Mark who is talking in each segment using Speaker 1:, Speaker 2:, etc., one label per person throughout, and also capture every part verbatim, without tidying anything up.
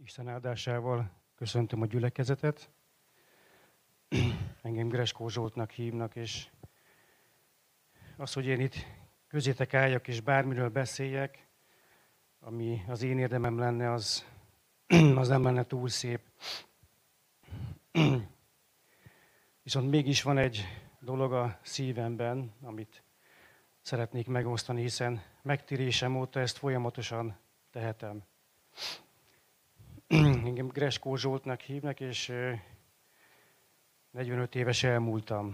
Speaker 1: Isten áldásával köszöntöm a gyülekezetet. Engem Greskó Zsoltnak hívnak, és az, hogy én itt közétek álljak és bármiről beszéljek, ami az én érdemem lenne, az, az nem lenne túl szép. Viszont mégis van egy dolog a szívemben, amit szeretnék megosztani, hiszen megtérésem óta ezt folyamatosan tehetem. Engem Greskó Zsoltnak hívnak, és negyvenöt éves elmúltam.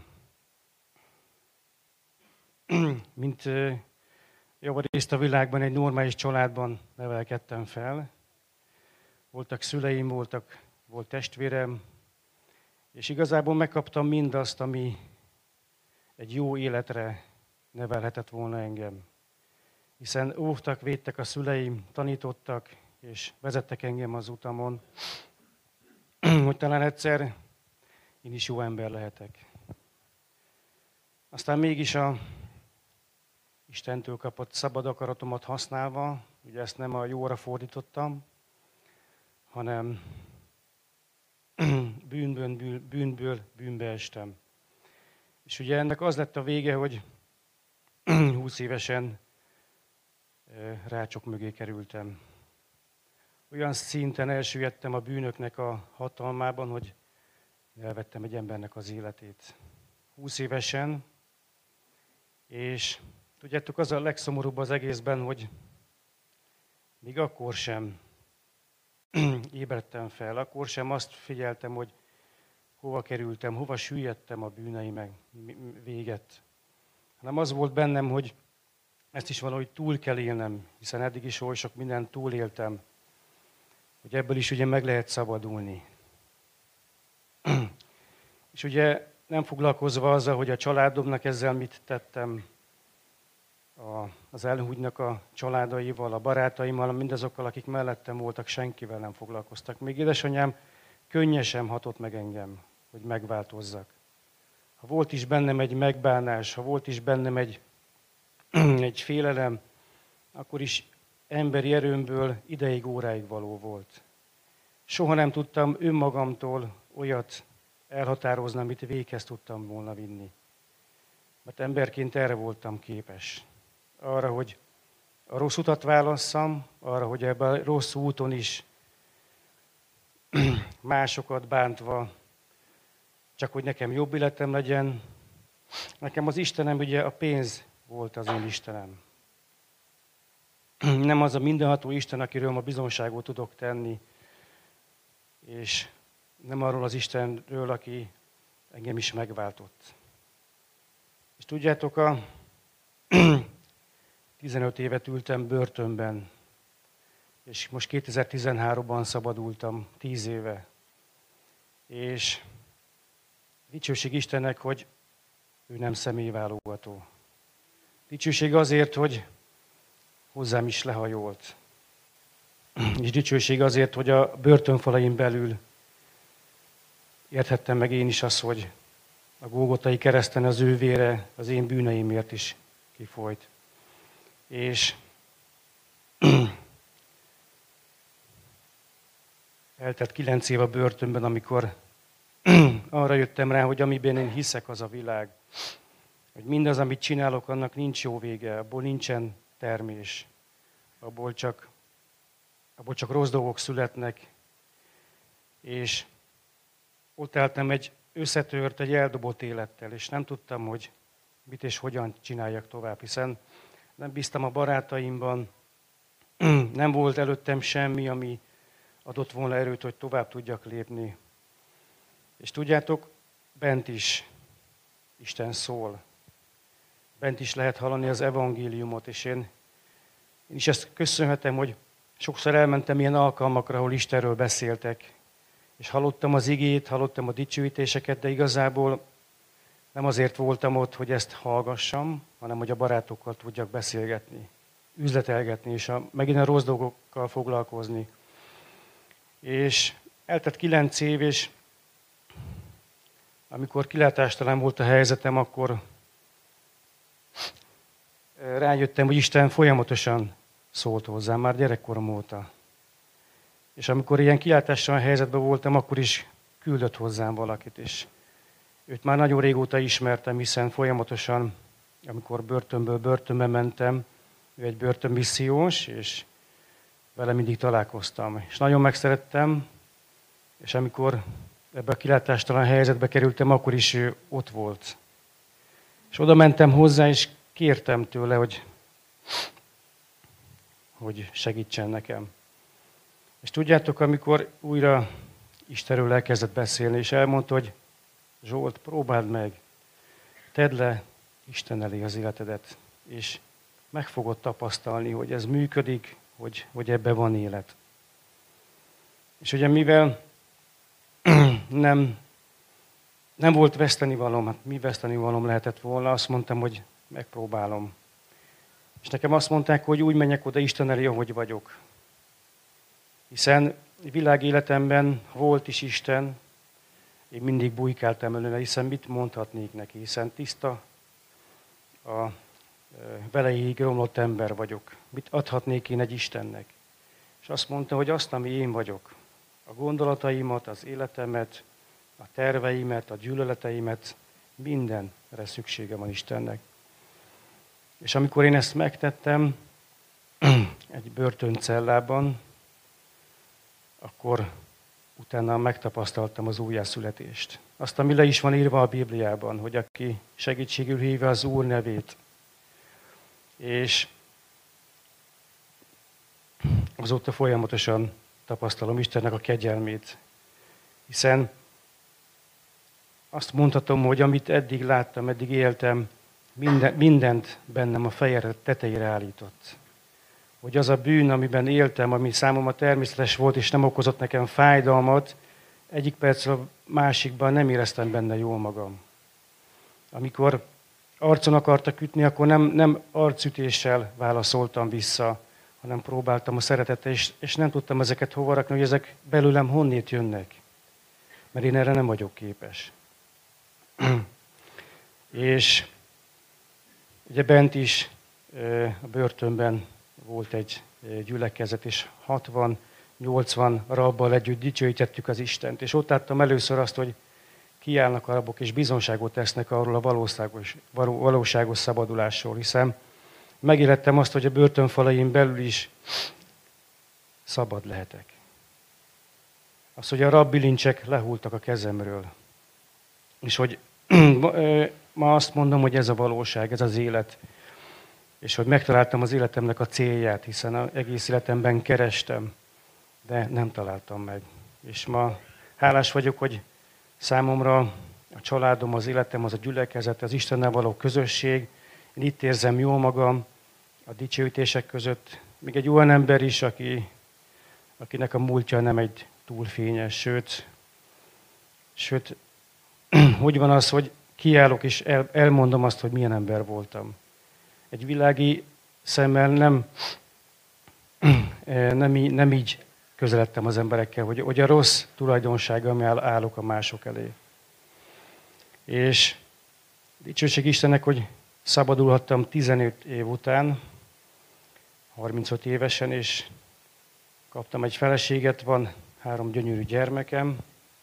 Speaker 1: Mint javarészt a világban egy normális családban nevelkedtem fel. Voltak szüleim, voltak, volt testvérem, és igazából megkaptam mindazt, ami egy jó életre nevelhetett volna engem. Hiszen óvtak, védtek a szüleim, tanítottak, és vezettek engem az utamon, hogy talán egyszer én is jó ember lehetek. Aztán mégis a Istentől kapott szabad akaratomat használva, ugye ezt nem a jóra fordítottam, hanem bűnből, bűnből bűnbe estem. És ugye ennek az lett a vége, hogy húsz évesen rácsok mögé kerültem. Olyan szinten elsüllyedtem a bűnöknek a hatalmában, hogy elvettem egy embernek az életét. húsz évesen, és tudjátok, az a legszomorúbb az egészben, hogy még akkor sem ébredtem fel, akkor sem azt figyeltem, hogy hova kerültem, hova süllyedtem a bűneimek véget. Hanem az volt bennem, hogy ezt is valahogy túl kell élnem, hiszen eddig is oly sok mindent túléltem, hogy ebből is ugye meg lehet szabadulni. És ugye nem foglalkozva azzal, hogy a családomnak ezzel mit tettem, a, az elhúgynak a családaival, a barátaimmal, mindazokkal, akik mellettem voltak, senkivel nem foglalkoztak. Még édesanyám könnyesen hatott meg engem, hogy megváltozzak. Ha volt is bennem egy megbánás, ha volt is bennem egy, egy félelem, akkor is emberi erőmből ideig, óráig való volt. Soha nem tudtam önmagamtól olyat elhatározni, amit véghez tudtam volna vinni. Mert emberként erre voltam képes. Arra, hogy a rossz utat válasszam, arra, hogy ebben a rossz úton is másokat bántva, csak hogy nekem jobb életem legyen. Nekem az Istenem ugye a pénz volt az én Istenem. Nem az a mindenható Isten, akiről ma bizonságot tudok tenni, és nem arról az Istenről, aki engem is megváltott. És tudjátok, a tizenöt évet ültem börtönben, és most kétezer-tizenháromban szabadultam, tíz éve. És dicsőség Istennek, hogy ő nem személyválogató. Dicsőség azért, hogy hozzám is lehajolt. És dicsőség azért, hogy a börtönfalain belül érthettem meg én is azt, hogy a Gólgotai kereszten az ő vére az én bűneimért is kifolyt. És eltelt kilenc év a börtönben, amikor arra jöttem rá, hogy amiben én hiszek, az a világ. Hogy mindaz, amit csinálok, annak nincs jó vége, abból nincsen termés. Abból csak, abból csak rossz dolgok születnek. És ott álltam egy összetört, egy eldobott élettel, és nem tudtam, hogy mit és hogyan csináljak tovább, hiszen nem bíztam a barátaimban, nem volt előttem semmi, ami adott volna erőt, hogy tovább tudjak lépni. És tudjátok, bent is Isten szól. Bent is lehet hallani az evangéliumot, és én, én is ezt köszönhetem, hogy sokszor elmentem ilyen alkalmakra, ahol Istenről beszéltek, és hallottam az igét, hallottam a dicsőítéseket, de igazából nem azért voltam ott, hogy ezt hallgassam, hanem hogy a barátokkal tudjak beszélgetni, üzletelgetni, és a, megint a rossz dolgokkal foglalkozni. És eltett kilenc év, és amikor kilátástalan volt a helyzetem, akkor rájöttem, hogy Isten folyamatosan szólt hozzám, már gyerekkorom óta. És amikor ilyen kilátástalan helyzetben voltam, akkor is küldött hozzám valakit, és őt már nagyon régóta ismertem, hiszen folyamatosan, amikor börtönből börtönbe mentem, ő egy börtönmissziós, és vele mindig találkoztam. És nagyon megszerettem, és amikor ebbe a kilátástalan helyzetbe kerültem, akkor is ő ott volt. És oda mentem hozzá, és kértem tőle, hogy, hogy segítsen nekem. És tudjátok, amikor újra Istenről elkezdett beszélni, és elmondta, hogy Zsolt, próbáld meg, tedd le Isten elé az életedet, és meg fogod tapasztalni, hogy ez működik, hogy, hogy ebben van élet. És ugye mivel nem, nem volt vesztenivalom, hát mi vesztenivalom lehetett volna, azt mondtam, hogy megpróbálom. És nekem azt mondták, hogy úgy menjek oda Isten elé, ahogy vagyok. Hiszen világéletemben volt is Isten, én mindig bujkáltam előle, hiszen mit mondhatnék neki, hiszen tiszta, a veleig romlott ember vagyok. Mit adhatnék én egy Istennek? És azt mondta, hogy azt, ami én vagyok, a gondolataimat, az életemet, a terveimet, a gyűlöleteimet, mindenre szüksége van Istennek. És amikor én ezt megtettem egy börtöncellában, akkor utána megtapasztaltam az újjászületést. Azt, ami le is van írva a Bibliában, hogy aki segítségül hívja az Úr nevét. És azóta folyamatosan tapasztalom Istennek a kegyelmét. Hiszen azt mondhatom, hogy amit eddig láttam, eddig éltem, minden, mindent bennem a feje tetejére állított. Hogy az a bűn, amiben éltem, ami számomra természetes volt, és nem okozott nekem fájdalmat, egyik percről a másikban nem éreztem benne jól magam. Amikor arcon akartak ütni, akkor nem, nem arcütéssel válaszoltam vissza, hanem próbáltam a szeretettel, és, és nem tudtam ezeket hova rakni, hogy ezek belőlem honnét jönnek. Mert én erre nem vagyok képes. És ugye bent is a börtönben volt egy gyülekezet, és hatvan-nyolcvan rabbal együtt dicsőítettük az Istent. És ott láttam először azt, hogy kiállnak a rabok, és bizonságot tesznek arról a valóságos, valóságos szabadulásról, hiszen megélettem azt, hogy a börtönfalain belül is szabad lehetek. Az, hogy a rabbilincsek lehultak a kezemről. És hogy ma azt mondom, hogy ez a valóság, ez az élet. És hogy megtaláltam az életemnek a célját, hiszen az egész életemben kerestem, de nem találtam meg. És ma hálás vagyok, hogy számomra a családom, az életem, az a gyülekezet, az Istennel való közösség. Én itt érzem jól magam a dicsőítések között. Még egy olyan ember is, aki, akinek a múltja nem egy túl fényes, sőt, sőt hogy van az, hogy kiállok és el, elmondom azt, hogy milyen ember voltam. Egy világi szemmel nem, nem, nem így közeledtem az emberekkel, hogy, hogy a rossz tulajdonsággal állok a mások elé. És dicsőség Istennek, hogy szabadulhattam tizenöt év után, harmincöt évesen, és kaptam egy feleséget, van három gyönyörű gyermekem,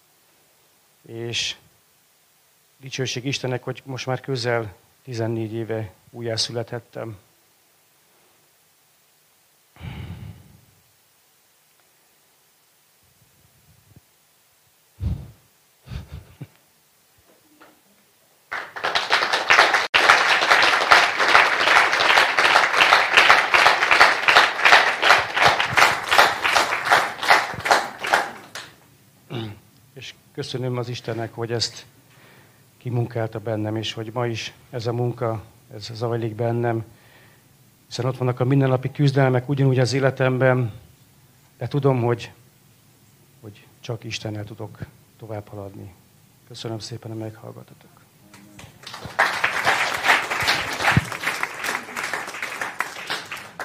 Speaker 1: és dicsőség Istennek, hogy most már közel tizennégy éve újjászülethettem. És köszönöm az Istennek, hogy ezt kimunkálta bennem, és hogy ma is ez a munka, ez zajlik bennem. Hiszen ott vannak a mindennapi küzdelmek ugyanúgy az életemben, de tudom, hogy, hogy csak Istennel tudok tovább haladni. Köszönöm szépen, hogy meghallgatatok.